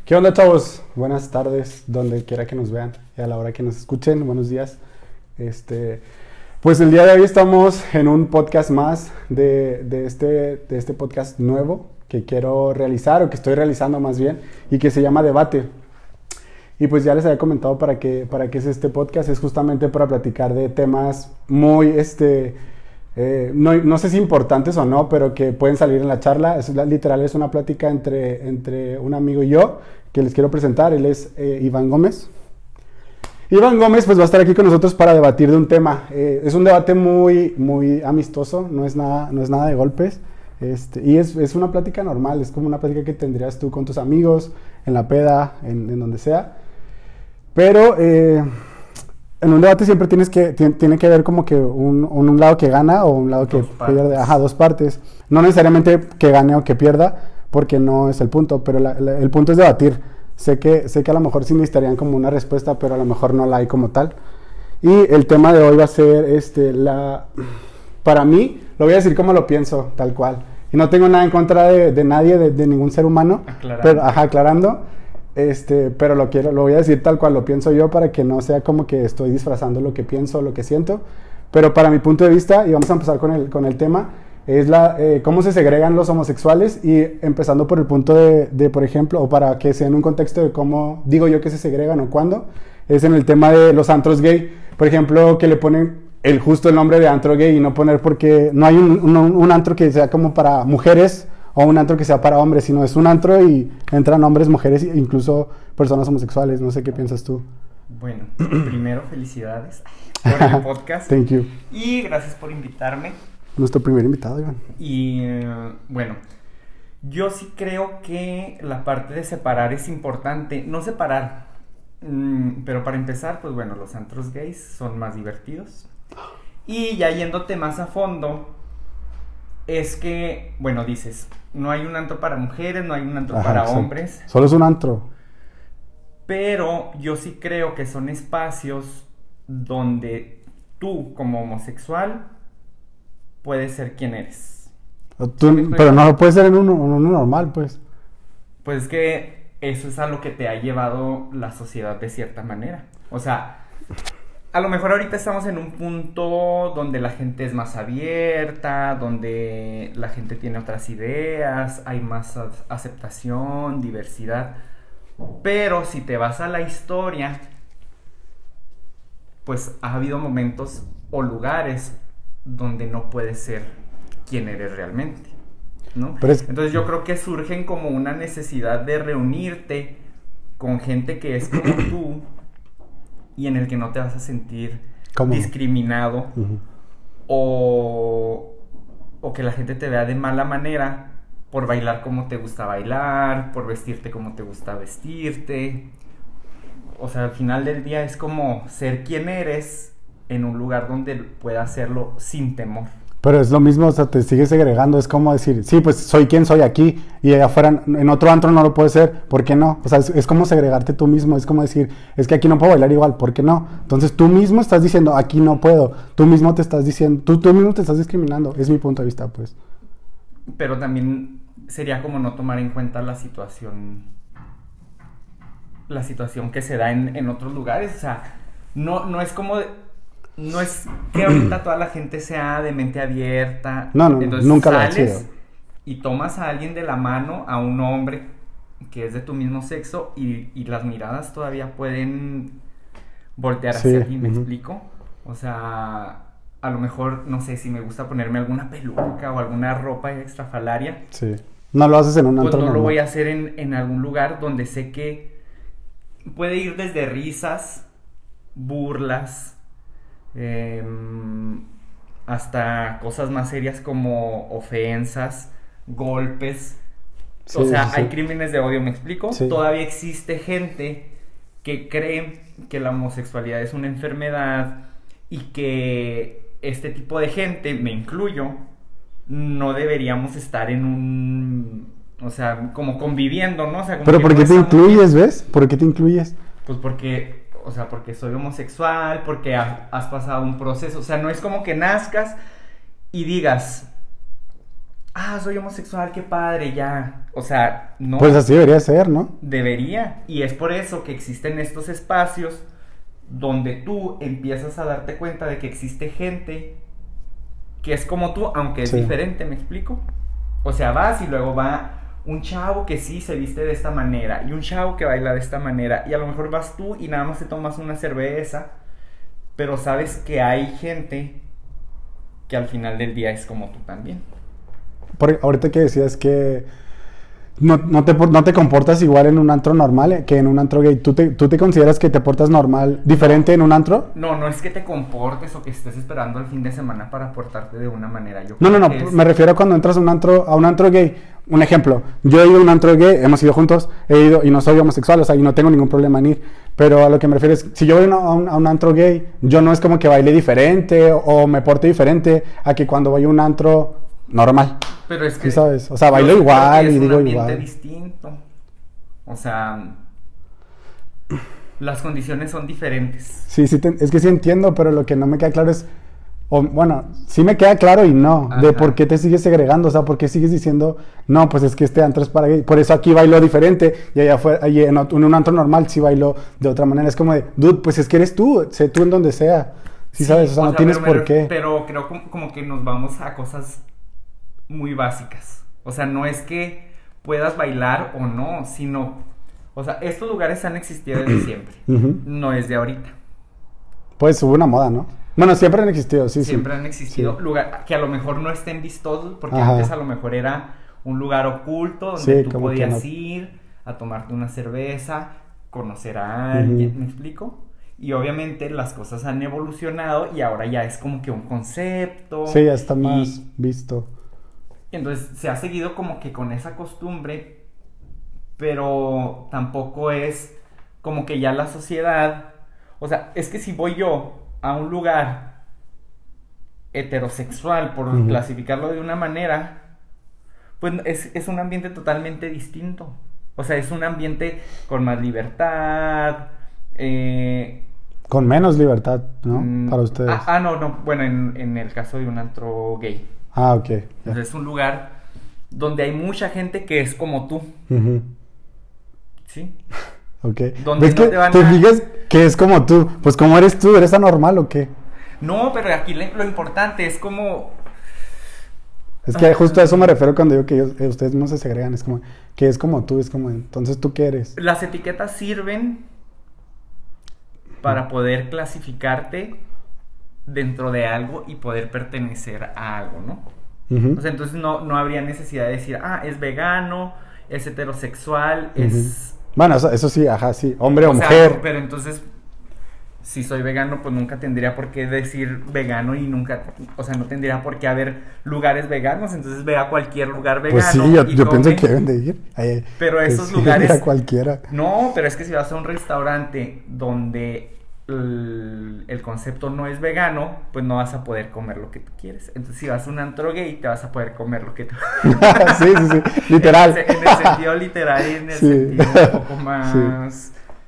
¿Qué onda, chavos? Buenas tardes, donde quiera que nos vean y a la hora que nos escuchen. Buenos días. Pues el día de hoy estamos en un podcast más de este podcast nuevo que quiero realizar, o que estoy realizando más bien, y que se llama Debate. Y pues ya les había comentado para qué es este podcast. Es justamente para platicar de temas muy, no sé si importantes o no, pero que pueden salir en la charla. Literal es una plática entre un amigo y yo, que les quiero presentar. Él es Iván Gómez. Iván Gómez pues va a estar aquí con nosotros para debatir de un tema. Es un debate muy amistoso, no es nada de golpes. Y es una plática normal, es como una plática que tendrías tú con tus amigos, en la peda, en donde sea. Pero en un debate siempre tiene que haber como que un lado que gana o un lado que pierde. Ajá, dos partes. No necesariamente que gane o que pierda, porque no es el punto, pero el punto es debatir. Sé que a lo mejor sí necesitarían como una respuesta, pero a lo mejor no la hay como tal. Y el tema de hoy va a ser, para mí, lo voy a decir como lo pienso, tal cual. Y no tengo nada en contra de nadie, de ningún ser humano. Aclarando. Pero lo voy a decir tal cual lo pienso yo, para que no sea como que estoy disfrazando lo que pienso, lo que siento. Pero para mi punto de vista, y vamos a empezar con el tema, es cómo se segregan los homosexuales, y empezando por el punto de, por ejemplo, o para que sea en un contexto de cómo digo yo que se segregan o cuándo, es en el tema de los antros gay. Por ejemplo, que le ponen justo el nombre de antro gay y no poner, porque no hay un antro que sea como para mujeres o un antro que sea para hombres, sino es un antro y entran hombres, mujeres e incluso personas homosexuales. No sé qué piensas tú. Bueno, primero felicidades por el podcast. Thank you. Y gracias por invitarme. Nuestro primer invitado, Iván. Y bueno, yo sí creo que la parte de separar es importante. No separar, pero para empezar, pues bueno, los antros gays son más divertidos. Y ya yéndote más a fondo, es que, bueno, dices, no hay un antro para mujeres, no hay un antro para hombres. Solo es un antro. Pero yo sí creo que son espacios donde tú, como homosexual, puedes ser quien eres. Pero no lo puedes ser en uno normal, pues. Pues es que eso es a lo que te ha llevado la sociedad de cierta manera. O sea, a lo mejor ahorita estamos en un punto donde la gente es más abierta, donde la gente tiene otras ideas, hay más aceptación, diversidad. Pero si te vas a la historia, pues ha habido momentos o lugares donde no puedes ser quien eres realmente, ¿no? Entonces yo creo que surgen como una necesidad de reunirte con gente que es como tú, y en el que no te vas a sentir discriminado, o que la gente te vea de mala manera por bailar como te gusta bailar, por vestirte como te gusta vestirte. O sea, al final del día es como ser quien eres en un lugar donde puedas hacerlo sin temor. Pero es lo mismo, o sea, te sigues segregando. Es como decir, sí, pues soy quien soy aquí, y allá afuera, en otro antro no lo puede ser, ¿por qué no? O sea, es como segregarte tú mismo. Es como decir, es que aquí no puedo bailar igual, ¿por qué no? Entonces tú mismo estás diciendo, aquí no puedo. Tú mismo te estás diciendo, tú mismo te estás discriminando. Es mi punto de vista, pues. Pero también sería como no tomar en cuenta la situación que se da en otros lugares. O sea, no es como... No es que ahorita toda la gente sea de mente abierta. No, entonces nunca lo ha sales sido. Y tomas a alguien de la mano, a un hombre que es de tu mismo sexo, y las miradas todavía pueden voltear hacia ti, ¿me explico? O sea, a lo mejor, no sé, si me gusta ponerme alguna peluca o alguna ropa extrafalaria. Sí. No lo haces en un antro pues no normal. lo voy a hacer en algún lugar donde sé que puede ir desde risas, burlas, hasta cosas más serias como ofensas, golpes. Sí, o sea, hay crímenes de odio, ¿me explico? Sí. Todavía existe gente que cree que la homosexualidad es una enfermedad, y que este tipo de gente, me incluyo, no deberíamos estar en un... O sea, como conviviendo, ¿no? O sea, como ¿pero por qué te incluyes, ves? ¿Por qué te incluyes? Pues porque... O sea, porque soy homosexual, porque has pasado un proceso. O sea, no es como que nazcas y digas, soy homosexual, qué padre, ya. O sea, no. Pues así debería ser, ¿no? Debería. Y es por eso que existen estos espacios donde tú empiezas a darte cuenta de que existe gente que es como tú, aunque es diferente, ¿me explico? O sea, vas y luego va un chavo que sí se viste de esta manera y un chavo que baila de esta manera, y a lo mejor vas tú y nada más te tomas una cerveza, pero sabes que hay gente que al final del día es como tú también. Ahorita que decías que no te comportas igual en un antro normal que en un antro gay. ¿Tú te consideras que te portas normal, diferente en un antro? No es que te comportes o que estés esperando el fin de semana para portarte de una manera. No, me refiero a cuando entras a un antro gay. Un ejemplo, yo he ido a un antro gay, hemos ido juntos, he ido y no soy homosexual, o sea, y no tengo ningún problema en ir. Pero a lo que me refiero es, si yo voy a un antro gay, yo no es como que baile diferente o me porte diferente a que cuando voy a un antro normal. Pero es que, ¿sí sabes? O sea, bailo igual y digo igual. Es un ambiente distinto. O sea, las condiciones son diferentes. Sí, es que sí entiendo, pero lo que no me queda claro es, bueno, sí me queda claro y no, de por qué te sigues segregando, o sea, por qué sigues diciendo, no, pues es que este antro es para gay, por eso aquí bailo diferente, y allá afuera, y en un antro normal sí bailo de otra manera. Es como de, dude, pues es que eres tú, sé tú en donde sea, ¿sí sabes? O sea, no tienes por qué. Pero creo como que nos vamos a cosas muy básicas. O sea, no es que puedas bailar o no, sino, o sea, estos lugares han existido desde siempre. No es de ahorita. Pues hubo una moda, ¿no? Bueno, siempre han existido, sí. Siempre han existido lugares que a lo mejor no estén vistosos, porque antes a lo mejor era un lugar oculto donde tú podías ir a tomarte una cerveza, conocer a alguien, ¿me explico? Y obviamente las cosas han evolucionado y ahora ya es como que un concepto. Sí, ya está más visto. Entonces se ha seguido como que con esa costumbre, pero tampoco es como que ya la sociedad, o sea, es que si voy yo a un lugar heterosexual, por clasificarlo de una manera, pues es un ambiente totalmente distinto. O sea, es un ambiente con más libertad, con menos libertad, ¿no? Para ustedes. No, bueno, en el caso de un antro gay. Ok. Entonces es un lugar donde hay mucha gente que es como tú. ¿Sí? Ok. Donde ¿ves que te fijas que es como tú? Pues ¿cómo eres tú? ¿Eres anormal o qué? No, pero aquí lo importante es como... Es que justo a eso me refiero cuando digo que ustedes no se segregan. Es como que es como tú, es como... Entonces, ¿tú qué eres? Las etiquetas sirven para poder clasificarte dentro de algo y poder pertenecer a algo, ¿no? O sea, entonces no habría necesidad de decir, es vegano, es heterosexual, es... Bueno, eso sí, sí, hombre o mujer. Pero entonces, si soy vegano, pues nunca tendría por qué decir vegano y nunca, o sea, no tendría por qué haber lugares veganos, entonces ve a cualquier lugar vegano. Pues sí, yo pienso que deben de ir. Pero esos lugares... a cualquiera. No, pero es que si vas a un restaurante donde el concepto no es vegano, pues no vas a poder comer lo que tú quieres. Entonces si vas a un antro gay, te vas a poder comer lo que tú sí, literal. En el sentido literal y en el sentido un poco más...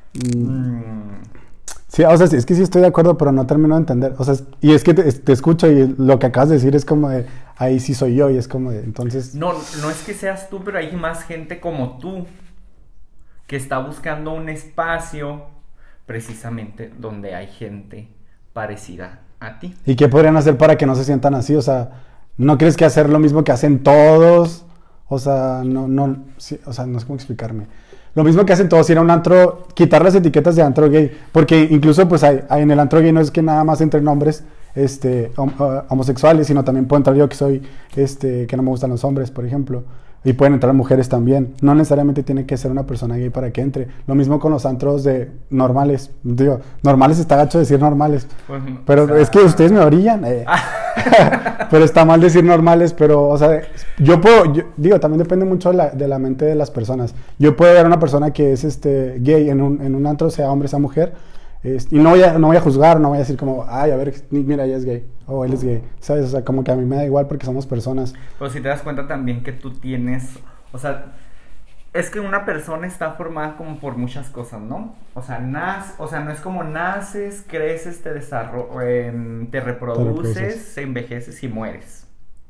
Sí, o sea, es que sí estoy de acuerdo, pero no termino de entender. O sea, y es que te escucho y lo que acabas de decir es como de, ahí sí soy yo, y es como de, entonces... No es que seas tú, pero hay más gente como tú que está buscando un espacio precisamente donde hay gente parecida a ti. ¿Y qué podrían hacer para que no se sientan así? O sea, ¿no crees que hacer lo mismo que hacen todos? O sea, sí, o sea, no sé cómo explicarme. Lo mismo que hacen todos, ir a un antro, quitar las etiquetas de antro gay, porque incluso pues en el antro gay no es que nada más entren hombres homosexuales, sino también puedo entrar yo que soy, que no me gustan los hombres, por ejemplo. Y pueden entrar mujeres también. No necesariamente tiene que ser una persona gay para que entre. Lo mismo con los antros de normales. Digo, normales está gacho decir normales. Pues, pero o sea, es que ustedes me orillan. Pero está mal decir normales, pero, o sea, digo, también depende mucho de la mente de las personas. Yo puedo ver a una persona que es gay en un antro, sea hombre, sea mujer, y no voy a juzgar, no voy a decir como, a ver, mira, ella es gay, o él es gay, ¿sabes? O sea, como que a mí me da igual porque somos personas. Pero si te das cuenta también que tú tienes, o sea, es que una persona está formada como por muchas cosas, ¿no? O sea, no es como naces, creces, te reproduces, envejeces y mueres.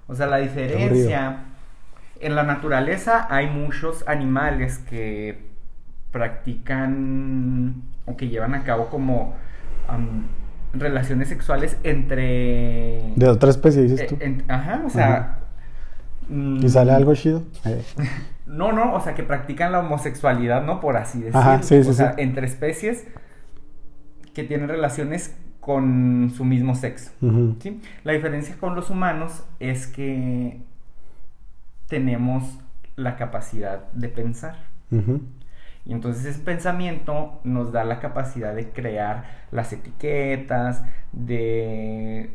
O sea, la diferencia... En la naturaleza hay muchos animales que practican o que llevan a cabo como relaciones sexuales entre... De otra especie, dices tú. Ajá, o sea... ¿Y sale algo chido? No, o sea, que practican la homosexualidad, ¿no? Por así decirlo. Ajá, sí, o sea, entre especies que tienen relaciones con su mismo sexo, ¿sí? La diferencia con los humanos es que tenemos la capacidad de pensar. Y entonces ese pensamiento nos da la capacidad de crear las etiquetas, de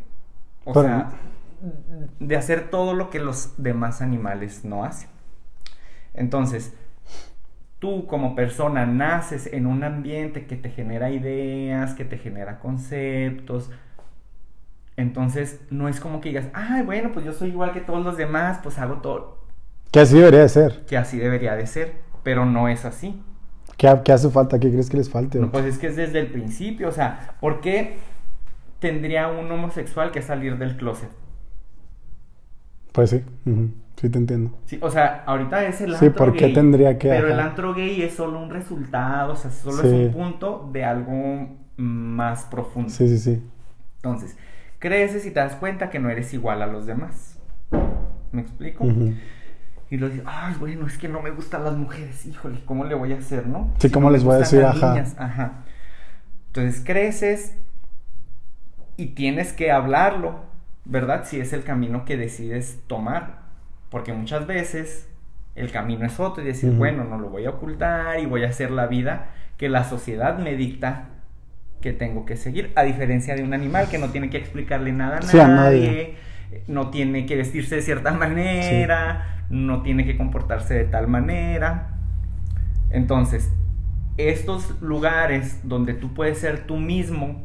hacer todo lo que los demás animales no hacen. Entonces, tú como persona naces en un ambiente que te genera ideas, que te genera conceptos. Entonces, no es como que digas, ay, bueno, pues yo soy igual que todos los demás, pues hago todo. Que así debería de ser. Que así debería de ser, pero no es así. ¿Qué hace falta? ¿Qué crees que les falte? No, pues es que es desde el principio, o sea, ¿por qué tendría un homosexual que salir del closet? Pues sí, sí te entiendo. Sí, o sea, ahorita es el antro gay. Sí, ¿por qué tendría que? Pero el antro gay es solo un resultado, o sea, solo es un punto de algo más profundo. Sí. Entonces, creces y te das cuenta que no eres igual a los demás. ¿Me explico? Y lo dices, ay, bueno, es que no me gustan las mujeres, híjole, ¿cómo le voy a hacer, no? Sí, ¿cómo les voy a decir? Ajá. Entonces creces y tienes que hablarlo, ¿verdad? Si es el camino que decides tomar. Porque muchas veces el camino es otro y decir, bueno, no lo voy a ocultar y voy a hacer la vida que la sociedad me dicta que tengo que seguir. A diferencia de un animal que no tiene que explicarle nada a nadie, no tiene que vestirse de cierta manera, no tiene que comportarse de tal manera. Entonces, estos lugares donde tú puedes ser tú mismo,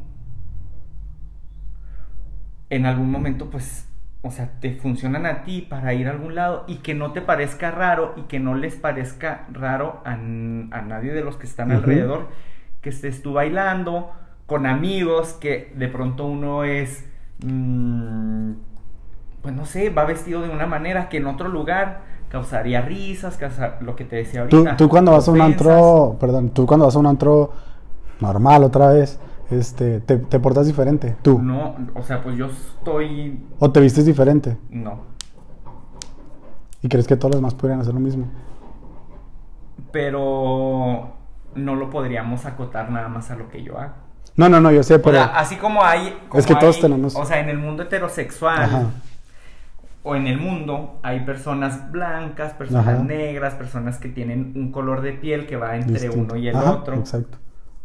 en algún momento, pues, o sea, te funcionan a ti para ir a algún lado y que no te parezca raro y que no les parezca raro a nadie de los que están alrededor, que estés tú bailando con amigos, que de pronto uno es, pues no sé, va vestido de una manera que en otro lugar causaría risas, lo que te decía ahorita. Tú cuando vas a un antro, tú cuando vas a un antro normal otra vez, te portas diferente, tú. No, o sea, pues yo estoy... ¿O te vistes diferente? No. ¿Y crees que todos los demás podrían hacer lo mismo? Pero no lo podríamos acotar nada más a lo que yo hago. No, yo sé, pero... O sea, así como hay... es que todos tenemos... O sea, en el mundo heterosexual... O en el mundo hay personas blancas, personas negras, personas que tienen un color de piel que va entre uno y el otro. Exacto.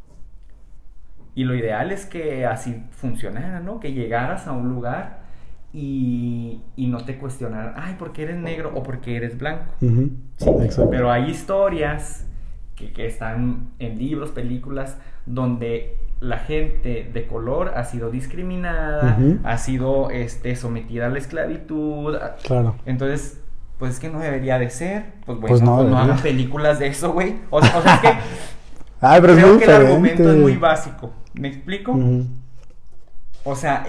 Y lo ideal es que así funcionara, ¿no? Que llegaras a un lugar y no te cuestionaran, ay, ¿por qué eres negro o por qué eres blanco? Sí, exacto. Pero hay historias que están en libros, películas, donde la gente de color ha sido discriminada, ha sido sometida a la esclavitud. Claro. Entonces, pues es que no debería de ser. Pues bueno, no hagan películas de eso, güey. O sea, es que ay, pero creo es muy que diferente. el argumento es muy básico. ¿Me explico? O sea,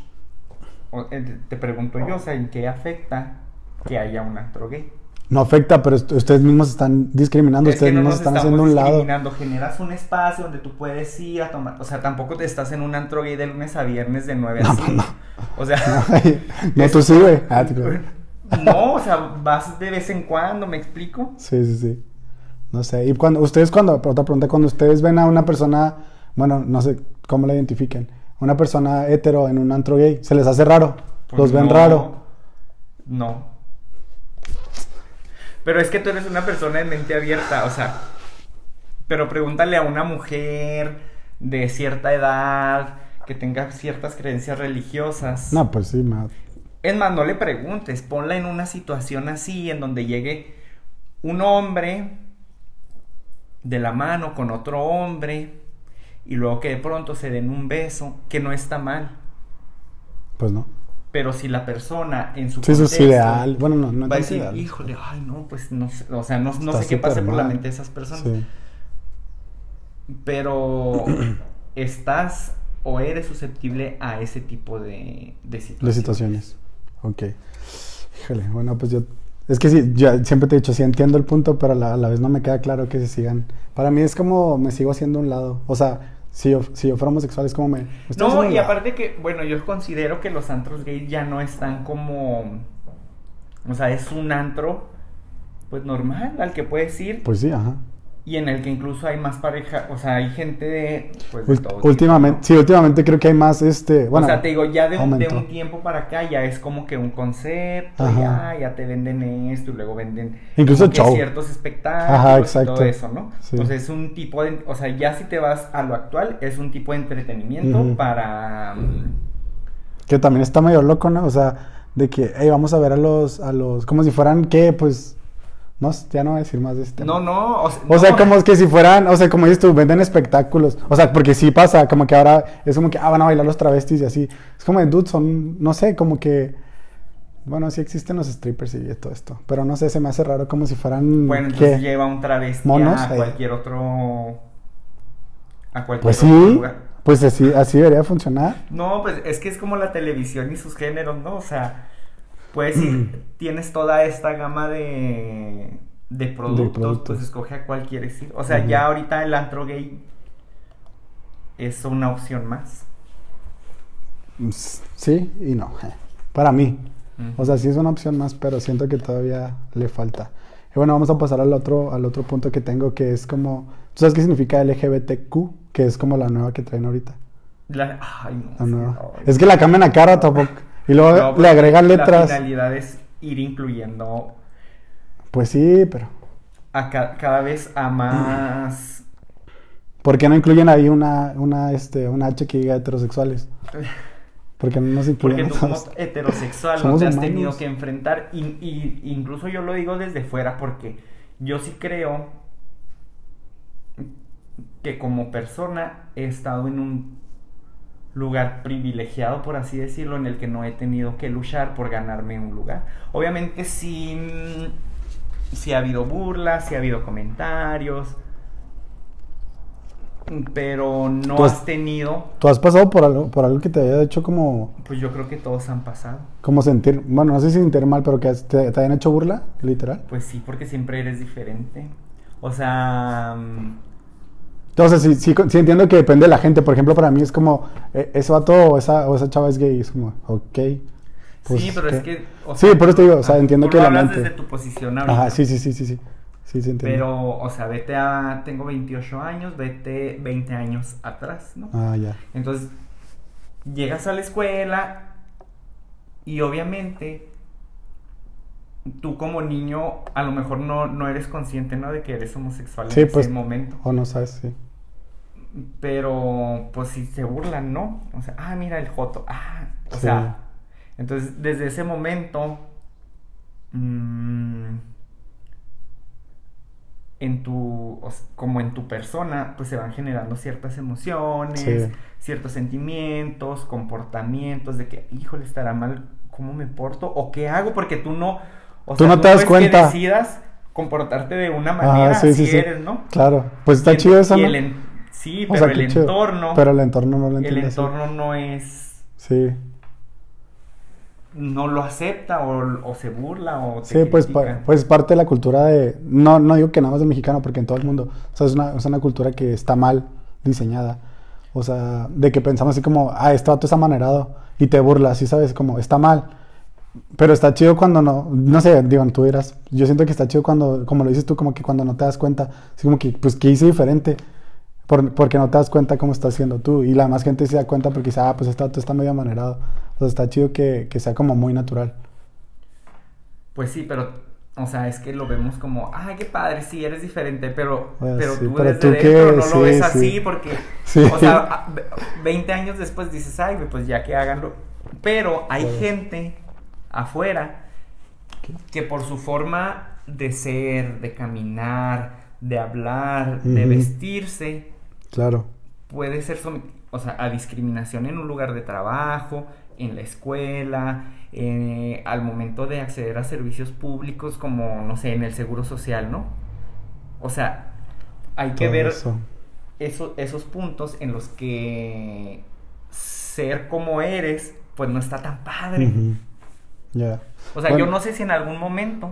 te pregunto yo, o sea, ¿en qué afecta que haya un antro gay? No afecta, pero ustedes mismos están discriminando, ustedes mismos están haciendo un lado. Generas un espacio donde tú puedes ir a tomar, o sea, tampoco te estás en un antro gay de lunes a viernes de 9 a 5. O sea, no, tú sí, güey. No, o sea, vas de vez en cuando, ¿me explico? Sí. No sé, y otra pregunta, cuando ustedes ven a una persona, bueno, no sé cómo la identifiquen, una persona hetero en un antro gay, ¿se les hace raro? Pues ¿Los ven raro? No. Pero es que tú eres una persona de mente abierta, o sea, pero pregúntale a una mujer de cierta edad, que tenga ciertas creencias religiosas. No, pues sí, Es más, no le preguntes, ponla en una situación así, en donde llegue un hombre de la mano con otro hombre, y luego que de pronto se den un beso, que no está mal. Pues no. Pero si la persona en su contexto... Sí, eso es ideal. Bueno, no va a decir, ideal. híjole, ay, no, pues no sé, o sea, no sé qué pase por la mente de esas personas. Sí. Pero estás o eres susceptible a ese tipo de situaciones. Ok. Híjole, bueno, pues yo... Es que sí, yo siempre te he dicho, sí entiendo el punto, pero a la vez no me queda claro que se sigan. Para mí es como me sigo haciendo a un lado. O sea, si yo fuera homosexual es como me estoy haciendo No, a un y lado. aparte que, bueno, yo considero que los antros gays ya no están como... O sea, es un antro, pues normal, al que puedes ir. Pues sí, ajá. Y en el que incluso hay más pareja, o sea, hay gente de, pues, de todo Últimamente, tipo, sí, últimamente creo que hay más, bueno, o sea, te digo, ya de aumentó. un tiempo para acá ya es como que un concepto, Ajá. ya te venden esto y luego venden Incluso como que show. ciertos espectáculos Ajá, y exacto. todo eso, ¿no? Sí. Entonces es un tipo de, o sea, ya si te vas a lo actual, es un tipo de entretenimiento para... Que también está medio loco, ¿no? O sea, de que, hey, vamos a ver a los, como si fueran, ¿qué? Pues, no, ya no voy a decir más de este tema. No, O sea, como es que si fueran, o sea, como dices tú, venden espectáculos. O sea, porque sí pasa, como que ahora es como que, van a bailar los travestis y así. Es como, dude, son, no sé, como que, bueno, sí existen los strippers y todo esto. Pero no sé, se me hace raro como si fueran, bueno, entonces lleva un travesti monos, a cualquier otro... A cualquier pues otro sí, lugar. pues así debería funcionar. No, pues es que es como la televisión y sus géneros, ¿no? O sea, puedes ir, tienes toda esta gama de productos, pues escoge a cuál quieres ir. O sea, ya ahorita el antro gay es una opción más. Sí y no, para mí. O sea, sí es una opción más, pero siento que todavía le falta. Y bueno, vamos a pasar al otro punto que tengo, que es como... ¿Tú sabes qué significa LGBTQ? Que es como la nueva que traen ahorita. Ay, no. La nueva. Es que la cambian a cara tampoco. Y luego le agregan letras. La finalidad es ir incluyendo... Pues sí, pero... cada vez a más... ¿Por qué no incluyen ahí una H que diga heterosexuales? Porque no nos incluyen. Porque tú como heterosexual no te has tenido que enfrentar. Y incluso yo lo digo desde fuera porque yo sí creo que como persona he estado en un lugar privilegiado, por así decirlo, en el que no he tenido que luchar por ganarme un lugar. Obviamente sí ha habido burlas, sí ha habido comentarios, pero no has tenido... ¿Tú has pasado por algo que te haya hecho como... Pues yo creo que todos han pasado. Como sentir, bueno, no sé si sentir mal, pero que te hayan hecho burla, literal? Pues sí, porque siempre eres diferente. O sea... Entonces, sí entiendo que depende de la gente. Por ejemplo, para mí es como, ese vato o esa chava es gay. Es como, ok. Pues, sí, pero es que... O sea, sí, por eso te digo, o sea, entiendo que la mente... hablas desde tu posición ahorita. Ajá, sí, entiendo. Pero, o sea, tengo 28 años, vete 20 años atrás, ¿no? Ah, ya. Entonces, llegas a la escuela y obviamente tú como niño a lo mejor no eres consciente, ¿no? De que eres homosexual en ese momento. O no sabes, sí. Pero, pues si se burlan, ¿no? O sea, mira el joto. O sea, entonces desde ese momento... como en tu persona, pues se van generando ciertas emociones, ciertos sentimientos, comportamientos de que, híjole, estará mal cómo me porto o qué hago, porque tú no, tú no te das cuenta que decidas comportarte de una manera, así eres, ¿no? Claro, pues está chido eso, ¿no? Sí, pero el entorno, pero el entorno no lo entiende. El entorno no es... Sí. No lo acepta o se burla o te sí, pues parte de la cultura de... No digo que nada más del mexicano, porque en todo el mundo. O sea, es una cultura que está mal diseñada. O sea, de que pensamos así como, este vato es amanerado. Y te burlas, ¿sí sabes? Como, está mal. Pero está chido cuando no sé, digo, tú dirás. Yo siento que está chido cuando, como lo dices tú, como que cuando no te das cuenta. Así como que, pues, ¿qué hice diferente? Porque no te das cuenta cómo estás haciendo tú. Y la más gente se da cuenta porque dice, pues este vato está medio amanerado. O sea, está chido que sea como muy natural. Pues sí, pero, o sea, es que lo vemos como, qué padre, sí, eres diferente, pero sí, tú pero desde dentro no lo ves así, porque, o sea, 20 años después dices, pues ya que háganlo. Pero hay gente afuera que por su forma de ser, de caminar, de hablar, de vestirse, claro, puede ser a discriminación en un lugar de trabajo, en la escuela, al momento de acceder a servicios públicos como, no sé, en el seguro social, ¿no? O sea, hay que ver esos puntos en los que ser como eres, pues no está tan padre. Ya. O sea, yo no sé si en algún momento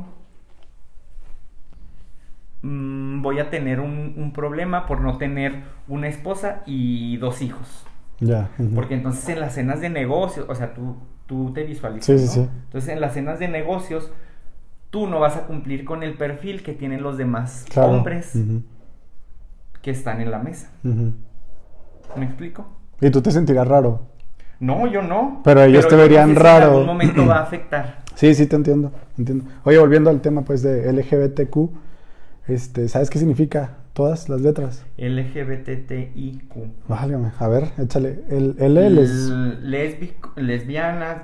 voy a tener un problema por no tener una esposa y 2 hijos. Ya. Porque entonces en las cenas de negocios, o sea, tú te visualizas, sí, ¿no? sí, sí. Entonces en las cenas de negocios, tú no vas a cumplir con el perfil que tienen los demás hombres que están en la mesa. ¿Me explico? ¿Y tú te sentirás raro? No, yo no. Pero ellos te verían raro. En algún momento va a afectar. Sí, te entiendo. Oye, volviendo al tema pues de LGBTQ, ¿sabes qué significa todas las letras? LGBTIQ. Válgame, a ver, échale. El L es... lesbiana,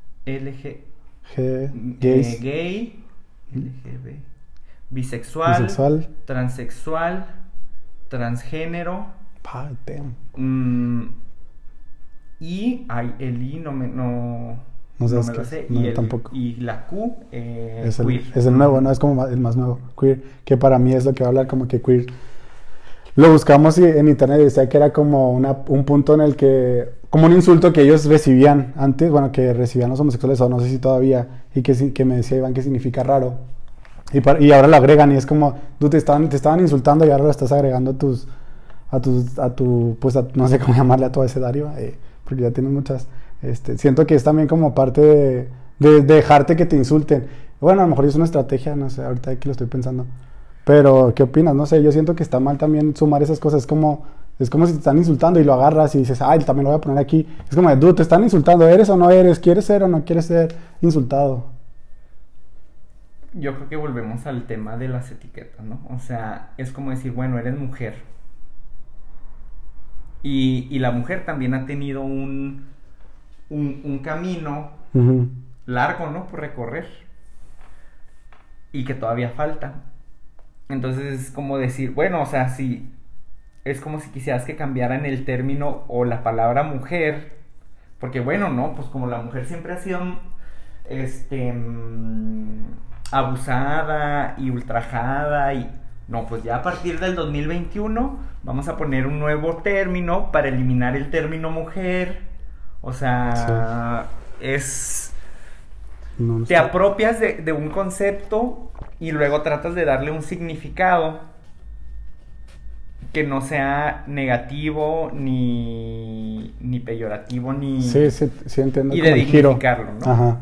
gays. Gay, LGB, bisexual, transexual, transgénero. Ay, damn. Y el I no me lo sé. No, tampoco. Y la Q, es queer. Es el nuevo, ¿no? Es como el más nuevo. Queer, que para mí es lo que va a hablar como que queer. Lo buscamos en internet y decía que era como un punto en el que... Como un insulto que ellos recibían antes, bueno, que recibían los homosexuales, o no sé si todavía, y que me decía Iván que significa raro. Y ahora lo agregan y es como, tú te estaban insultando y ahora lo estás agregando no sé cómo llamarle a tu abecedario, porque ya tienes muchas. Siento que es también como parte de dejarte que te insulten. Bueno, a lo mejor es una estrategia, no sé, ahorita que lo estoy pensando. Pero, ¿qué opinas? No sé, yo siento que está mal también sumar esas cosas. Es como si te están insultando y lo agarras y dices, ay, también lo voy a poner aquí. Es como, dude, te están insultando, ¿eres o no eres? ¿Quieres ser o no quieres ser insultado? Yo creo que volvemos al tema de las etiquetas, ¿no? O sea, es como decir, bueno, eres mujer. Y la mujer también ha tenido un camino largo, ¿no? Por recorrer. Y que todavía falta. Entonces es como decir, bueno, o sea, si es como si quisieras que cambiaran el término o la palabra mujer, porque bueno, no, pues como la mujer siempre ha sido abusada y ultrajada y no, pues ya a partir del 2021 vamos a poner un nuevo término para eliminar el término mujer. O sea, sí. Te apropias de un concepto y luego tratas de darle un significado que no sea negativo ni peyorativo ni... Sí, entiendo. Y de dignificarlo, ¿no? Ajá.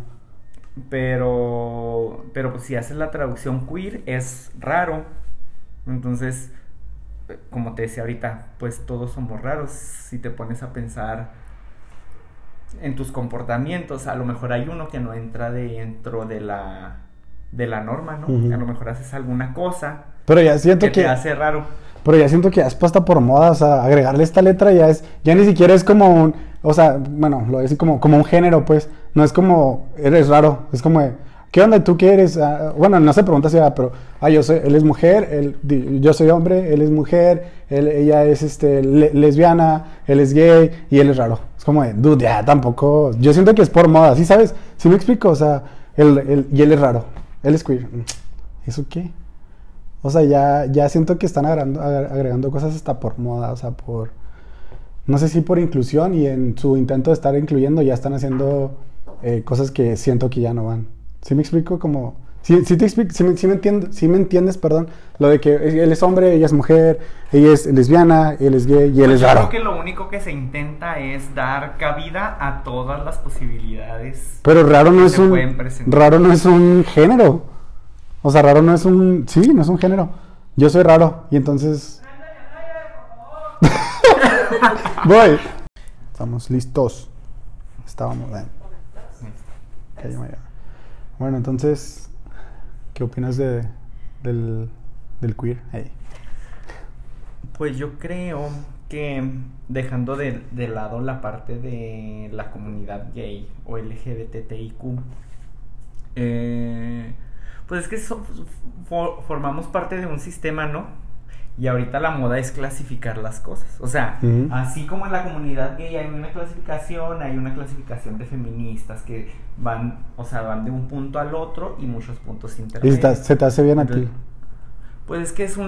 Pero pues si haces la traducción queer es raro. Entonces, como te decía ahorita, pues todos somos raros. Si te pones a pensar en tus comportamientos, a lo mejor hay uno que no entra dentro de la norma, ¿no? A lo mejor haces alguna cosa pero ya siento que te hace raro. Pero ya siento que ya es puesta por moda, o sea, agregarle esta letra ya ni siquiera es como un, o sea, bueno, lo voy a decir como un género, pues, no es como, eres raro, es como, ¿qué onda? ¿Tú qué eres? Bueno, no se pregunta si pero, él es mujer, yo soy hombre, él es mujer, ella es lesbiana, él es gay y él es raro. Es como dude, ya tampoco, yo siento que es por moda, ¿sí sabes? ¿Sí me explico? O sea, y él es raro, él es queer. ¿Eso qué? O sea, ya siento que están agregando cosas hasta por moda, o sea, no sé si por inclusión, y en su intento de estar incluyendo ya están haciendo cosas que siento que ya no van. ¿Sí me explico? Como, sí me entiendes, perdón, lo de que él es hombre, ella es mujer, ella es lesbiana, él es gay y él es raro. Yo creo que lo único que se intenta es dar cabida a todas las posibilidades. Pero raro no es un género. O sea, raro no es un género. Yo soy raro y entonces... Voy. Estamos listos. Estábamos bien. Bueno, entonces, ¿qué opinas del queer? Hey. Pues yo creo que dejando de lado la parte de la comunidad gay o LGBTIQ, pues es que formamos parte de un sistema, ¿no? Y ahorita la moda es clasificar las cosas. O sea, así como en la comunidad gay hay una clasificación de feministas que van de un punto al otro y muchos puntos intermedios. ¿Y se te hace bien a ti? Pues es que es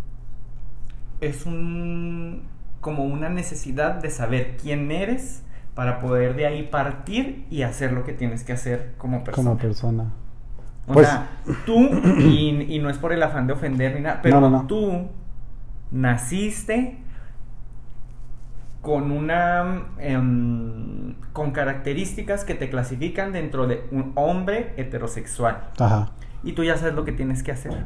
como una necesidad de saber quién eres para poder de ahí partir y hacer lo que tienes que hacer como persona. Como persona. O sea, tú, y no es por el afán de ofender ni nada, pero no. Tú naciste con con características que te clasifican dentro de un hombre heterosexual. Ajá. Y tú ya sabes lo que tienes que hacer.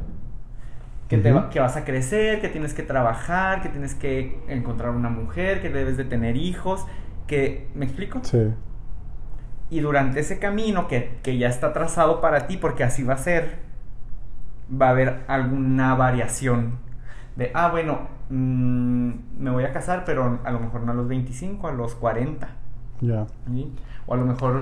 Que vas a crecer, que tienes que trabajar, que tienes que encontrar una mujer, que debes de tener hijos, que... ¿Me explico? Sí. Y durante ese camino que ya está trazado para ti, porque así va a ser, va a haber alguna variación de, bueno, me voy a casar, pero a lo mejor no a los 25, a los 40. Ya. ¿Sí? O a lo mejor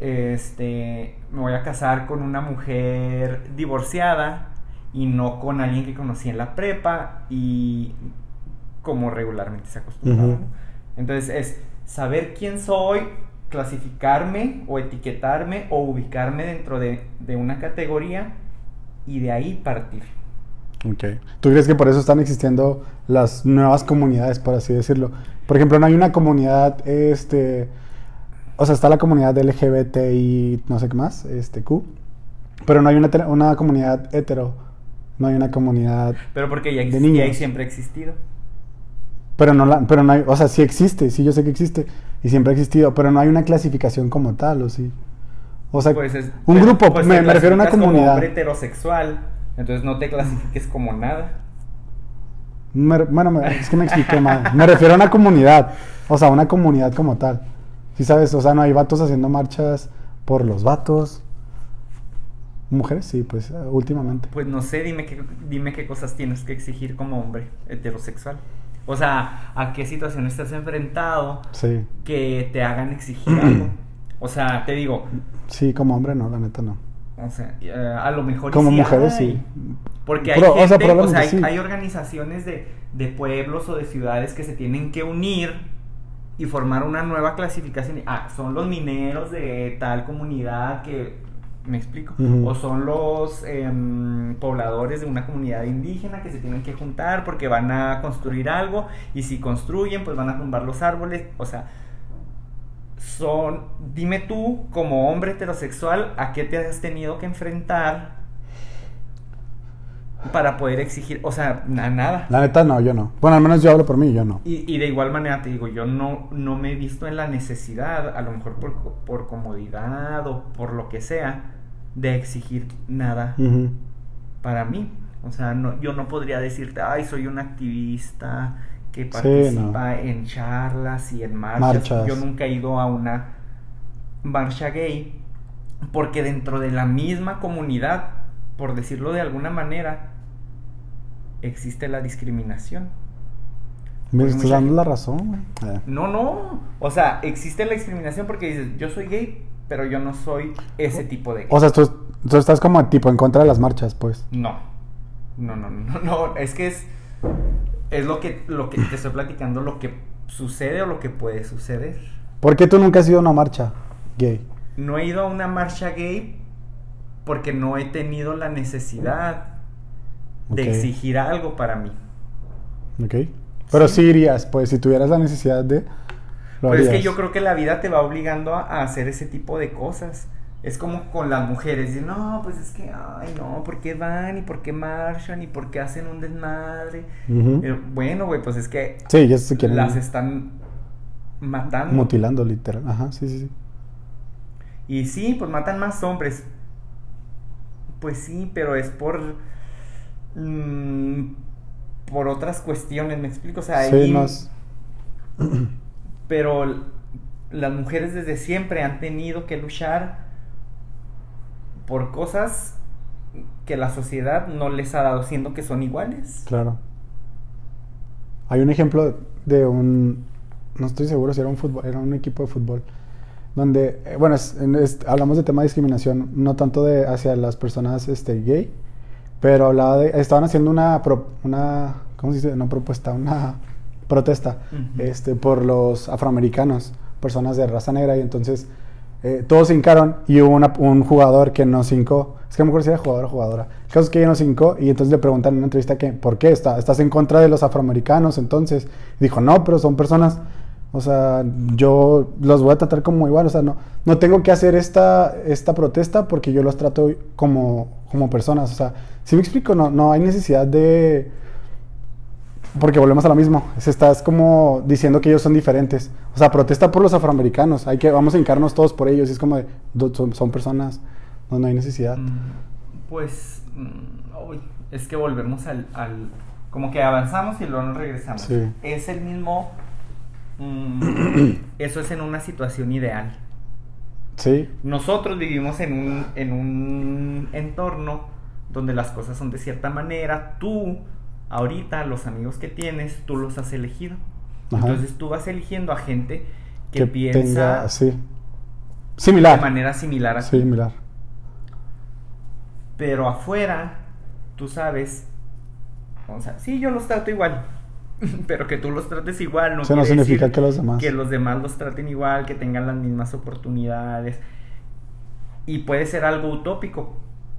me voy a casar con una mujer divorciada y no con alguien que conocí en la prepa, y como regularmente se acostumbraba, ¿no? Entonces es saber quién soy, clasificarme o etiquetarme o ubicarme dentro de una categoría y de ahí partir. Okay. ¿Tú crees que por eso están existiendo las nuevas comunidades, por así decirlo? Por ejemplo, no hay una comunidad, o sea, está la comunidad LGBT y no sé qué más, Q, pero no hay una comunidad hetero, no hay una comunidad. Pero porque ya existía y siempre ha existido. Pero no hay, o sea, sí existe, sí, yo sé que existe y siempre ha existido, pero no hay una clasificación como tal, ¿o sí? O sea, pues un grupo, pues me refiero a una comunidad. Como hombre heterosexual, entonces no te clasifiques como nada. Bueno, es que me expliqué mal. Me refiero a una comunidad, o sea, una comunidad como tal. ¿Sí sabes? O sea, no hay vatos haciendo marchas por los vatos. Mujeres, sí, pues, últimamente. Pues no sé, dime qué cosas tienes que exigir como hombre heterosexual. O sea, ¿a qué situaciones te has enfrentado que te hagan exigir algo? O sea, te digo... Sí, como hombre no, la neta no. O sea, a lo mejor... Como mujeres sí. Porque hay gente, hay organizaciones de pueblos o de ciudades que se tienen que unir y formar una nueva clasificación. Son los mineros de tal comunidad que... ¿Me explico? O son los pobladores de una comunidad indígena que se tienen que juntar porque van a construir algo, y si construyen pues van a tumbar los árboles. O sea, dime tú como hombre heterosexual a qué te has tenido que enfrentar para poder exigir, o sea, nada. La neta no, yo no. Bueno, al menos yo hablo por mí, yo no. Y de igual manera te digo, yo no me he visto en la necesidad, a lo mejor por comodidad o por lo que sea, de exigir nada para mí. O sea, yo no podría decirte, soy un activista que participa en charlas y en marchas. Yo nunca he ido a una marcha gay, porque dentro de la misma comunidad, por decirlo de alguna manera, existe la discriminación. Me estás dando la razón, güey. No, o sea, existe la discriminación porque dices, yo soy gay, pero yo no soy ese tipo de gay. O sea, tú estás como tipo en contra de las marchas, pues. No, es que es lo que te estoy platicando, lo que sucede o lo que puede suceder. ¿Por qué tú nunca has ido a una marcha gay? No he ido a una marcha gay porque no he tenido la necesidad de exigir algo para mí. Ok. Pero sí irías, pues, si tuvieras la necesidad de... Pero es que yo creo que la vida te va obligando a hacer ese tipo de cosas. Es como con las mujeres, dicen, no, pues es que, no, ¿por qué van? ¿Y por qué marchan? ¿Y por qué hacen un desmadre? Bueno, güey, pues es que sí, ya se quieren... las están matando. Mutilando, literal. Ajá, sí. Y sí, pues matan más hombres. Pues sí, pero es por otras cuestiones, ¿me explico? O sea, ahí... Pero las mujeres desde siempre han tenido que luchar por cosas que la sociedad no les ha dado, siendo que son iguales. Claro. Hay un ejemplo de no estoy seguro si era era un equipo de fútbol, donde, bueno, hablamos de tema de discriminación, no tanto hacia las personas gay, pero estaban haciendo una ¿cómo se dice? No propuesta, una protesta por los afroamericanos, personas de raza negra, y entonces todos se hincaron y hubo un jugador que no se hincó. Es que no me acuerdo si era jugador o jugadora. El caso es que ella no se hincó, y entonces le preguntan en una entrevista que ¿por qué estás en contra de los afroamericanos? Entonces dijo, no, pero son personas O sea, yo los voy a tratar como igual. O sea, no tengo que hacer esta protesta porque yo los trato como personas. O sea, si me explico, no hay necesidad de... Porque volvemos a lo mismo. Estás como diciendo que ellos son diferentes. O sea, protesta por los afroamericanos. Vamos a hincarnos todos por ellos. Y es como de, son personas. No hay necesidad. Pues, es que volvemos al como que avanzamos y luego nos regresamos. Sí. Es el mismo... eso es en una situación ideal. Sí. Nosotros vivimos en un entorno donde las cosas son de cierta manera. Tú, ahorita, los amigos que tienes, tú los has elegido. Ajá. Entonces tú vas eligiendo a gente que piensa tenga, sí, similar. De manera similar a ti. Similar. Pero afuera, tú sabes, o sea, sí, yo los trato igual, pero que tú los trates igual no quiere significa decir que los demás los traten igual, que tengan las mismas oportunidades. Y puede ser algo utópico,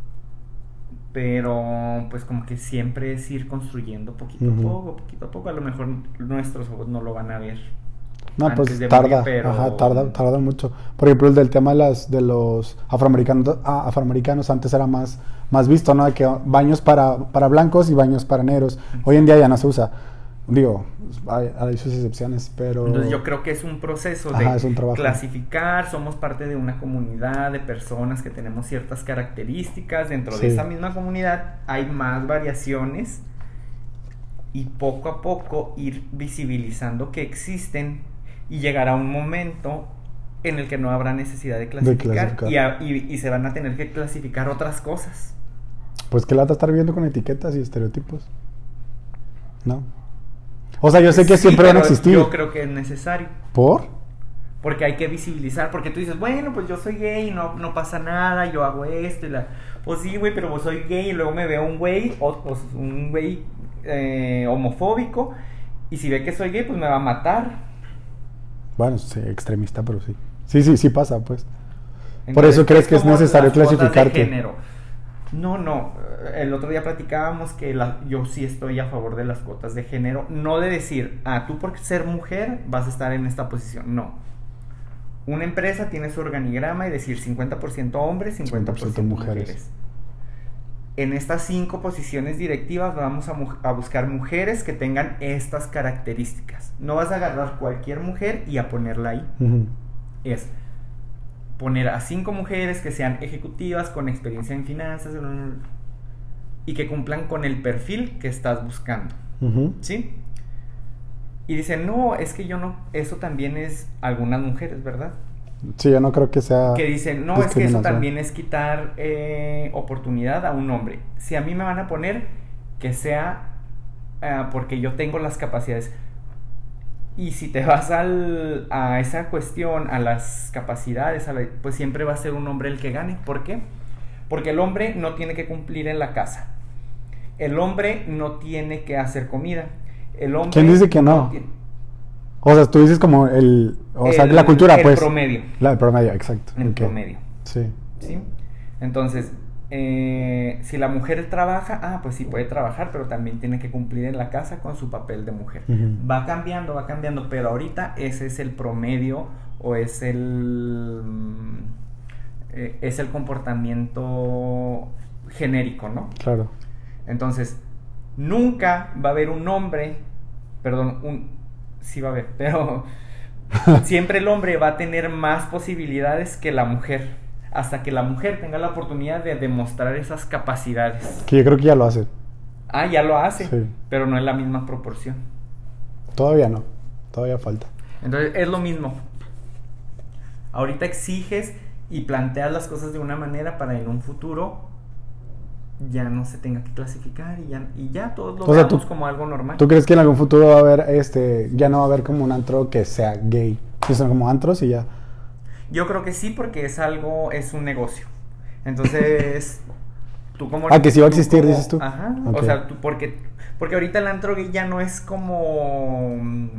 pero pues como que siempre es ir construyendo poquito a poco. A lo mejor nuestros ojos no lo van a ver. No, pues tarda, pero... tarda mucho. Por ejemplo, el del tema de los afroamericanos antes era más visto, ¿no? De que baños para blancos y baños para negros. Hoy en día ya no se usa. Digo, hay sus excepciones, pero... Entonces yo creo que es un proceso de clasificar. Somos parte de una comunidad de personas que tenemos ciertas características. Dentro de esa misma comunidad hay más variaciones. Y poco a poco ir visibilizando que existen. Y llegará un momento en el que no habrá necesidad de clasificar. Y se van a tener que clasificar otras cosas. Pues que lata estar viviendo con etiquetas y estereotipos, ¿no? O sea, yo sé que siempre van a existir. Yo creo que es necesario. ¿Por? Porque hay que visibilizar. Porque tú dices, bueno, pues yo soy gay, no pasa nada, yo hago esto. Pues sí, güey, pero pues soy gay y luego me veo un güey homofóbico. Y si ve que soy gay, pues me va a matar. Bueno, sí, extremista, pero sí. Sí pasa, pues. Entonces, por eso crees que es necesario clasificarte. De género. No. El otro día platicábamos que yo sí estoy a favor de las cuotas de género. No de decir, tú por ser mujer vas a estar en esta posición. No. Una empresa tiene su organigrama y decir 50% hombres, 50% mujeres. En estas 5 posiciones directivas vamos a buscar mujeres que tengan estas características. No vas a agarrar cualquier mujer y a ponerla ahí. Es poner a 5 mujeres que sean ejecutivas, con experiencia en finanzas y que cumplan con el perfil que estás buscando. ¿Sí? Y dicen, no, es que yo no... Eso también es algunas mujeres, ¿verdad? Sí, yo no creo que sea... Que dicen, no, es que eso también es quitar oportunidad a un hombre. Si a mí me van a poner, que sea porque yo tengo las capacidades. Y si te vas a esa cuestión, a las capacidades, pues siempre va a ser un hombre el que gane. ¿Por qué? Porque el hombre no tiene que cumplir en la casa. El hombre no tiene que hacer comida. El hombre... ¿Quién dice que no? O sea, tú dices como la cultura, pues. El promedio. El promedio, exacto. El promedio. Sí. Entonces, si la mujer trabaja, pues sí puede trabajar, pero también tiene que cumplir en la casa con su papel de mujer. Va cambiando, pero ahorita ese es el promedio o es el comportamiento genérico, ¿no? Claro. Entonces, nunca va a haber un hombre, sí va a haber, pero siempre el hombre va a tener más posibilidades que la mujer, hasta que la mujer tenga la oportunidad de demostrar esas capacidades. Que yo creo que ya lo hace. Ya lo hace, sí. Pero no es la misma proporción. Todavía no, todavía falta. Entonces es lo mismo. Ahorita exiges y planteas las cosas de una manera para en un futuro ya no se tenga que clasificar y ya todos lo veamos como algo normal. ¿Tú crees que en algún futuro va a haber ya no va a haber como un antro que sea gay? Son como antros y ya. Yo creo que sí, porque es un negocio. Entonces, tú como... que sí va a existir, dices tú. Ajá, okay. O sea, porque ahorita el antro gay ya no es como...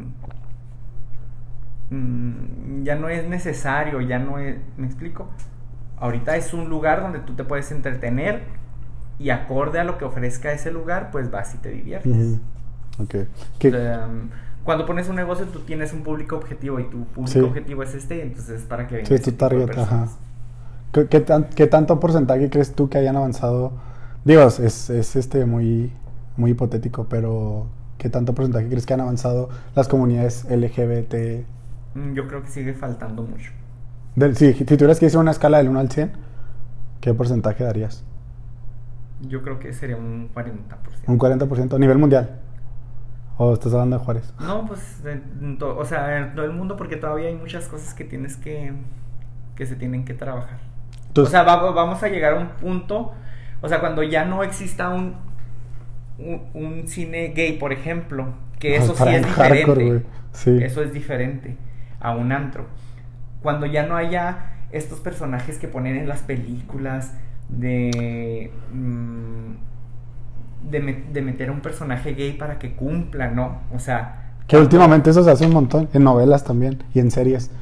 ya no es necesario, ya no es... ¿Me explico? Ahorita es un lugar donde tú te puedes entretener y acorde a lo que ofrezca ese lugar, pues vas y te diviertes. Okay. Cuando pones un negocio, tú tienes un público objetivo y tu público objetivo es entonces es para que venga. Sí, tu target, ajá. ¿Qué tanto porcentaje crees tú que hayan avanzado? Digo, es muy, muy hipotético, pero ¿qué tanto porcentaje crees que han avanzado las comunidades LGBT? Yo creo que sigue faltando mucho. Si tuvieras que hacer una escala del 1 al 100, ¿qué porcentaje darías? Yo creo que sería un 40%. ¿Un 40% a nivel mundial? ¿O estás hablando de Juárez? No, pues, en todo el mundo, porque todavía hay muchas cosas que tienes que se tienen que trabajar. Entonces, o sea, vamos a llegar a un punto, o sea, cuando ya no exista un cine gay, por ejemplo, que eso sí es diferente. Hardcore, sí. Eso es diferente a un antro. Cuando ya no haya estos personajes que ponen en las películas de meter a un personaje gay para que cumpla, ¿no? O sea... Que últimamente eso se hace un montón, en novelas también y en series.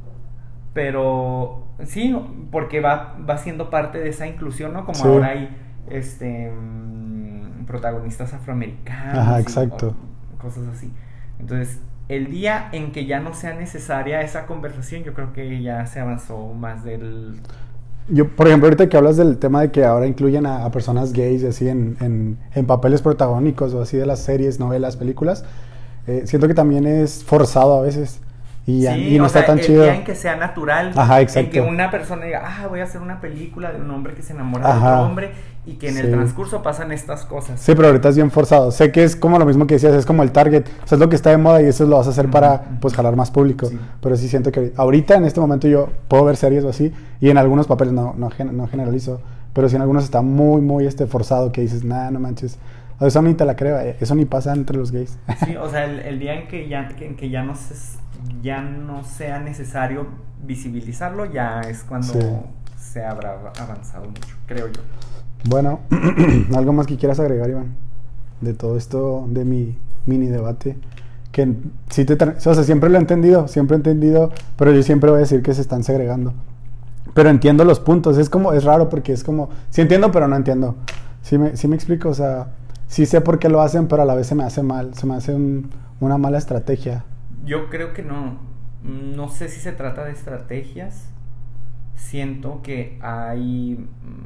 Pero sí, porque va siendo parte de esa inclusión, ¿no? Como ahora hay protagonistas afroamericanos. Ajá, exacto. Cosas así. Entonces, el día en que ya no sea necesaria esa conversación, yo creo que ya se avanzó más del... Yo, por ejemplo, ahorita que hablas del tema de que ahora incluyen a personas gays y así en papeles protagónicos o así de las series, novelas, películas, siento que también es forzado a veces y no está tan chido. El día en que sea natural, en que una persona diga, voy a hacer una película de un hombre que se enamora de otro hombre y que en el transcurso pasan estas cosas. Sí, pero ahorita es bien forzado. Sé que es como lo mismo que decías, es como el target, o sea, es lo que está de moda y eso lo vas a hacer para, pues, jalar más público. Sí. Pero sí siento que ahorita, en este momento, yo puedo ver series o así y en algunos papeles, no generalizo, pero sí en algunos está muy, muy forzado que dices, no manches. Eso ni te la creo, eso ni pasa entre los gays. Sí, o sea, el día en que ya no sea necesario visibilizarlo, ya es cuando se habrá avanzado mucho, creo yo. Bueno, ¿algo más que quieras agregar, Iván? De todo esto, de mi mini debate. Que sí o sea, siempre he entendido, pero yo siempre voy a decir que se están segregando. Pero entiendo los puntos, es raro porque es como, sí entiendo, pero no entiendo. Sí me explico, o sea, sí sé por qué lo hacen, pero a la vez se me hace mal, se me hace una mala estrategia. Yo creo que no sé si se trata de estrategias. Siento que hay...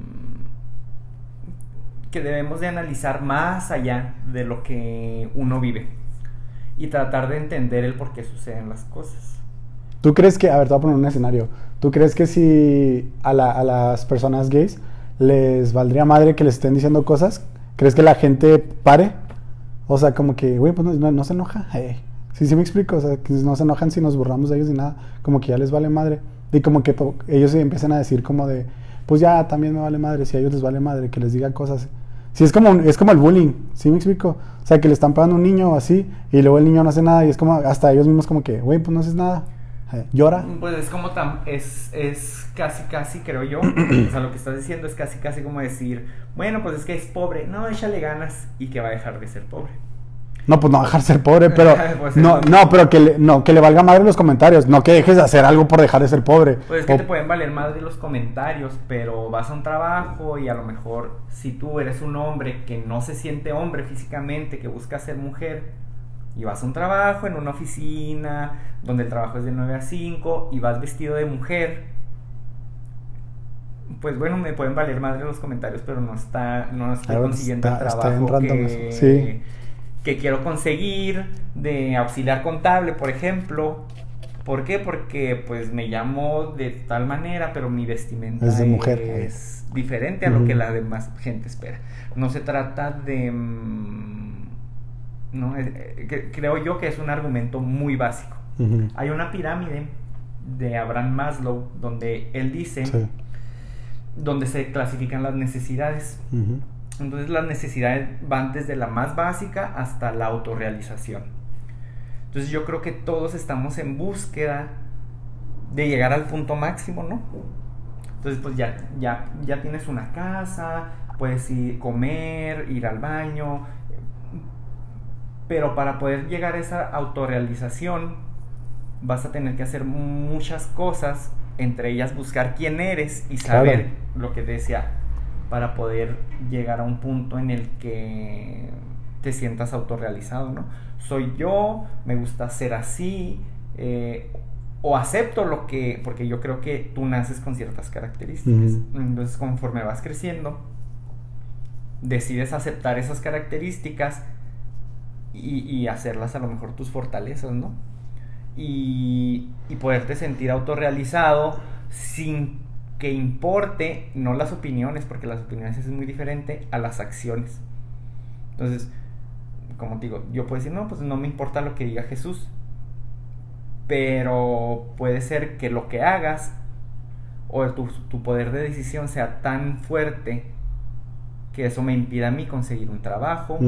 que debemos de analizar más allá de lo que uno vive y tratar de entender el por qué suceden las cosas. ¿Tú crees que, a ver, te voy a poner un escenario, ¿tú crees que si a las personas gays les valdría madre que les estén diciendo cosas? ¿Crees que la gente pare? O sea, como que, güey, pues no se enoja. Sí me explico, o sea, que no se enojan si nos burlamos de ellos ni nada, como que ya les vale madre. Y como que ellos se empiezan a decir como de, pues ya, también me vale madre, si a ellos les vale madre, que les digan cosas. Sí, es como el bullying, ¿sí me explico? O sea, que le están pegando a un niño así, y luego el niño no hace nada, y es como, hasta ellos mismos como que, güey, pues no haces nada, llora. Pues es como es casi, creo yo, o sea, lo que estás diciendo es casi como decir, bueno, pues es que es pobre, no, échale ganas, y que va a dejar de ser pobre. No, pues no dejar de ser pobre, pero pues pero que le valga madre los comentarios, no que dejes de hacer algo por dejar de ser pobre. Pues es que te pueden valer madre los comentarios, pero vas a un trabajo y a lo mejor si tú eres un hombre que no se siente hombre físicamente, que busca ser mujer, y vas a un trabajo en una oficina donde el trabajo es de 9 a 5 y vas vestido de mujer, pues bueno, me pueden valer madre los comentarios, pero no estoy consiguiendo el trabajo que quiero conseguir, de auxiliar contable, por ejemplo. ¿Por qué? Porque pues me llamo de tal manera, pero mi vestimenta es de mujer, es diferente a lo que la demás gente espera. No se trata de... creo yo que es un argumento muy básico. Uh-huh. Hay una pirámide de Abraham Maslow donde él dice, donde se clasifican las necesidades. Uh-huh. Entonces las necesidades van desde la más básica hasta la autorrealización. Entonces yo creo que todos estamos en búsqueda de llegar al punto máximo, ¿no? Entonces pues ya tienes una casa, puedes comer, ir al baño, pero para poder llegar a esa autorrealización vas a tener que hacer muchas cosas, entre ellas buscar quién eres y saber lo que decía, para poder llegar a un punto en el que te sientas autorrealizado, ¿no? Soy yo, me gusta ser así, o acepto porque yo creo que tú naces con ciertas características. Entonces, conforme vas creciendo, decides aceptar esas características y hacerlas a lo mejor tus fortalezas, ¿no? Y poderte sentir autorrealizado sin que importe, no las opiniones, porque las opiniones es muy diferente a las acciones. Entonces, como te digo, yo puedo decir, no, pues no me importa lo que diga Jesús, pero puede ser que lo que hagas o tu poder de decisión sea tan fuerte que eso me impida a mí conseguir un trabajo,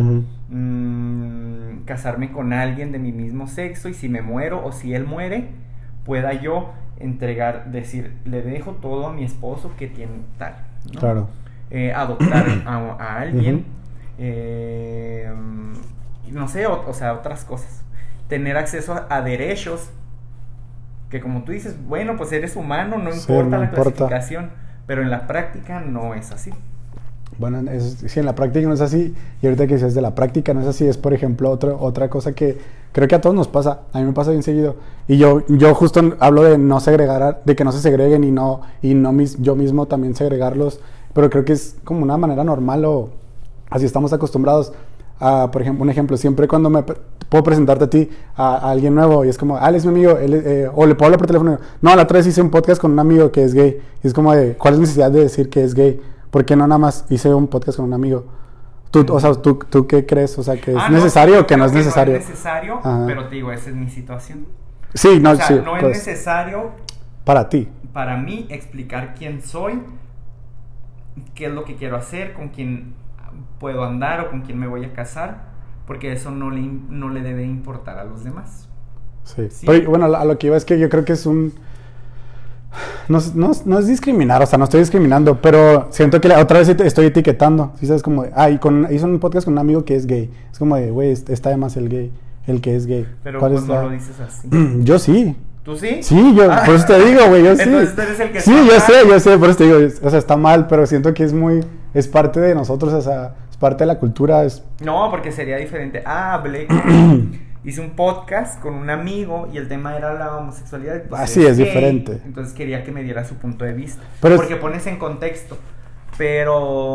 casarme con alguien de mi mismo sexo, y si me muero o si él muere, pueda yo decir, le dejo todo a mi esposo que tiene tal, ¿no? Claro. Adoptar a alguien, no sé, o sea, otras cosas. Tener acceso a derechos que, como tú dices, bueno, pues eres humano, no importa la clasificación, pero en la práctica no es así. Bueno, sí, en la práctica no es así, y ahorita que dices de la práctica no es así, es por ejemplo otra cosa que creo que a todos nos pasa, a mí me pasa bien seguido, y yo justo hablo de no segregar, de que no se segreguen y no yo mismo también segregarlos, pero creo que es como una manera normal, o así estamos acostumbrados. Por ejemplo, un ejemplo, siempre cuando me puedo presentarte a ti, a alguien nuevo, y es como, él es mi amigo, o le puedo hablar por teléfono, no, la otra vez hice un podcast con un amigo que es gay, y es como de, ¿cuál es la necesidad de decir que es gay? ¿Por qué no nada más hice un podcast con un amigo? O sea, ¿tú qué crees? O sea, ¿que es necesario o que no es necesario? No es necesario, pero te digo, esa es mi situación. Sí, no, o sea, sí. No es necesario para ti. Para mí explicar quién soy, qué es lo que quiero hacer, con quién puedo andar o con quién me voy a casar, porque eso no le debe importar a los demás. Sí. Pero bueno, a lo que iba es que yo creo que es no es discriminar, o sea, no estoy discriminando, pero siento que otra vez estoy etiquetando, ¿sí? ¿Sabes? Como, hice un podcast con un amigo que es gay, es como de, güey, está de más el que es gay. Pero pues no lo dices así. Yo sí. ¿Tú sí? Sí, por eso te digo, güey, yo sí. Entonces tú eres el que sí, yo sé, por eso te digo, o sea, está mal, pero siento que es parte de nosotros, o sea, es parte de la cultura. No, porque sería diferente. Hice un podcast con un amigo y el tema era la homosexualidad. Pues sí, es diferente. Entonces quería que me diera su punto de vista. Porque pones en contexto. Pero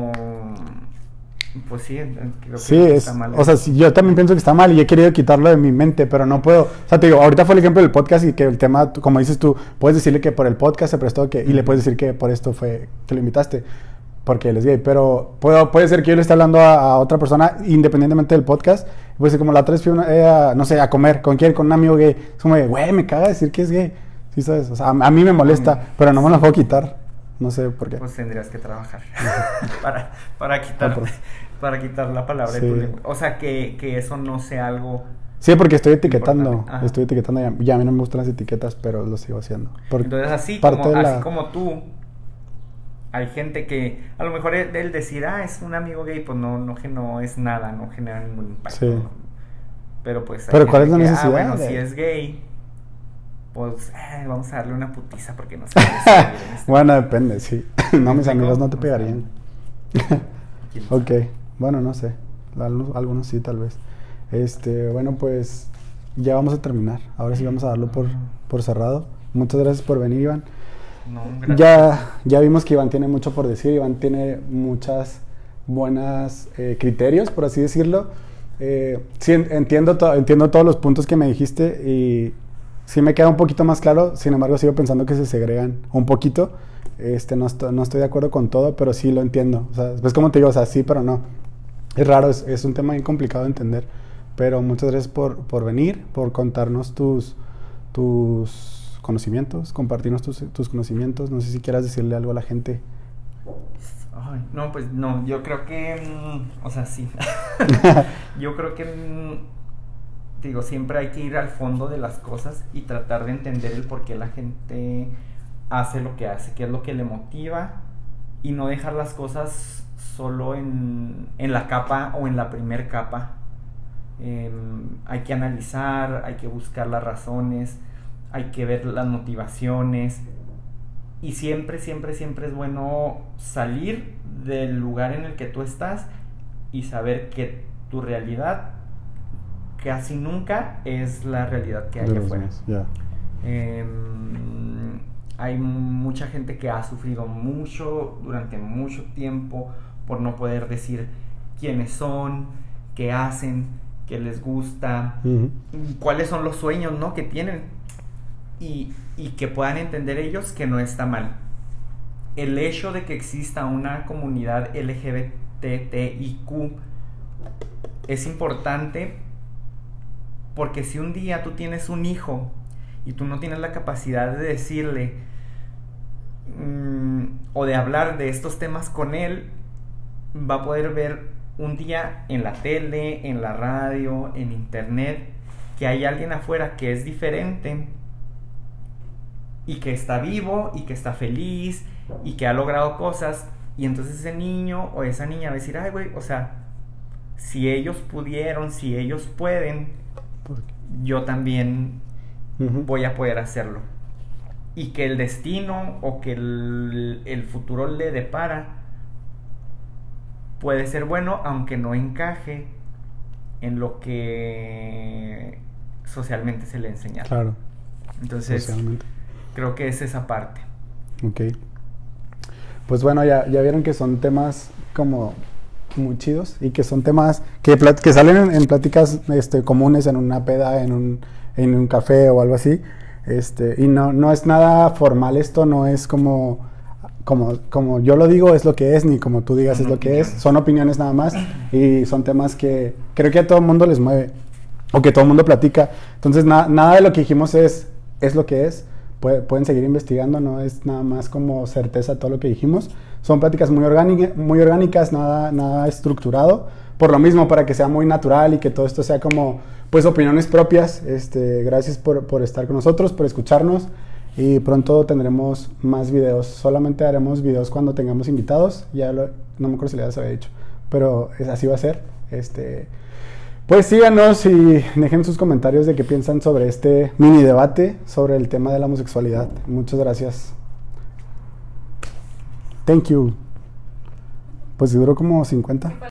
pues sí, creo que está mal. O sea, sí, yo también pienso que está mal y he querido quitarlo de mi mente, pero no puedo. O sea, te digo, ahorita fue el ejemplo del podcast y que el tema, como dices tú, puedes decirle que por el podcast se prestó y le puedes decir que por esto fue que lo invitaste, porque él es gay. Pero puede ser que yo le esté hablando a otra persona independientemente del podcast. Pues como la otra vez fui no sé, a comer. ¿Con quién? Con un amigo gay. Es como de, güey, me caga decir que es gay. ¿Sí sabes? O sea, a mí me molesta, pero no me lo puedo quitar. No sé por qué. Pues tendrías que trabajar para quitar la palabra de tu lengua. O sea, que eso no sea algo... Sí, porque estoy etiquetando. Y a mí no me gustan las etiquetas, pero lo sigo haciendo. Entonces, así como tú, hay gente que a lo mejor el decir, es un amigo gay, pues no es nada, no genera ningún impacto. Sí. ¿no? Pero pues... Pero ¿cuál es la necesidad? Bueno, si es gay, pues vamos a darle una putiza porque no se puede Bueno, depende, sí. No, mis amigos no te pegarían. Ok, bueno, no sé. Algunos sí, tal vez. Bueno, pues ya vamos a terminar. Ahora sí vamos a darlo por cerrado. Muchas gracias por venir, Iván. No, gracias. Ya vimos que Iván tiene mucho por decir. Iván tiene muchas buenas criterios, por así decirlo. Sí, entiendo todos los puntos que me dijiste y sí me queda un poquito más claro. Sin embargo, sigo pensando que se segregan un poquito. No estoy de acuerdo con todo, pero sí lo entiendo. O sea, pues como te digo, o sea, sí, pero no. Es raro, es un tema bien complicado de entender. Pero muchas gracias por venir, por contarnos tus conocimientos, compartirnos tus conocimientos. No sé si quieras decirle algo a la gente. No, pues no, yo creo que, o sea, sí. Yo creo que, digo, siempre hay que ir al fondo de las cosas y tratar de entender el por qué la gente hace lo que hace, qué es lo que le motiva, y no dejar las cosas solo en la capa o en la primer capa. Hay que analizar, hay que buscar las razones, hay que ver las motivaciones, y siempre es bueno salir del lugar en el que tú estás y saber qué tu realidad casi nunca es la realidad que hay afuera. Yeah. Hay mucha gente que ha sufrido mucho durante mucho tiempo por no poder decir quiénes son, qué hacen, qué les gusta, cuáles son los sueños, ¿no?, que tienen, y que puedan entender ellos que no está mal. El hecho de que exista una comunidad LGBTIQ es importante, porque si un día tú tienes un hijo y tú no tienes la capacidad de decirle o de hablar de estos temas con él, va a poder ver un día en la tele, en la radio, en internet, que hay alguien afuera que es diferente y que está vivo y que está feliz y que ha logrado cosas, y entonces ese niño o esa niña va a decir, ay, güey, o sea, si ellos pudieron, si ellos pueden, yo también voy a poder hacerlo. Y que el destino o que el futuro le depara puede ser bueno, aunque no encaje en lo que socialmente se le enseña. Claro. Entonces, creo que es esa parte. Ok. Pues bueno, ya vieron que son temas como muy chidos, y que son temas que salen en pláticas comunes, en una peda, en un café o algo así. Y no es nada formal esto, no es como yo lo digo es lo que es, ni como tú digas es lo que es. Son opiniones nada más, y son temas que creo que a todo el mundo les mueve, o que todo el mundo platica. Entonces nada de lo que dijimos es lo que es. Pueden seguir investigando, no es nada más como certeza todo lo que dijimos. Son pláticas muy orgánicas, nada estructurado, por lo mismo, para que sea muy natural y que todo esto sea como pues opiniones propias. Gracias por estar con nosotros, por escucharnos, y pronto tendremos más videos. Solamente haremos videos cuando tengamos invitados. No me acuerdo si les había dicho, pero así va a ser. Pues síganos y dejen sus comentarios de qué piensan sobre este mini debate sobre el tema de la homosexualidad. Muchas gracias. Thank you. Pues duró como 50.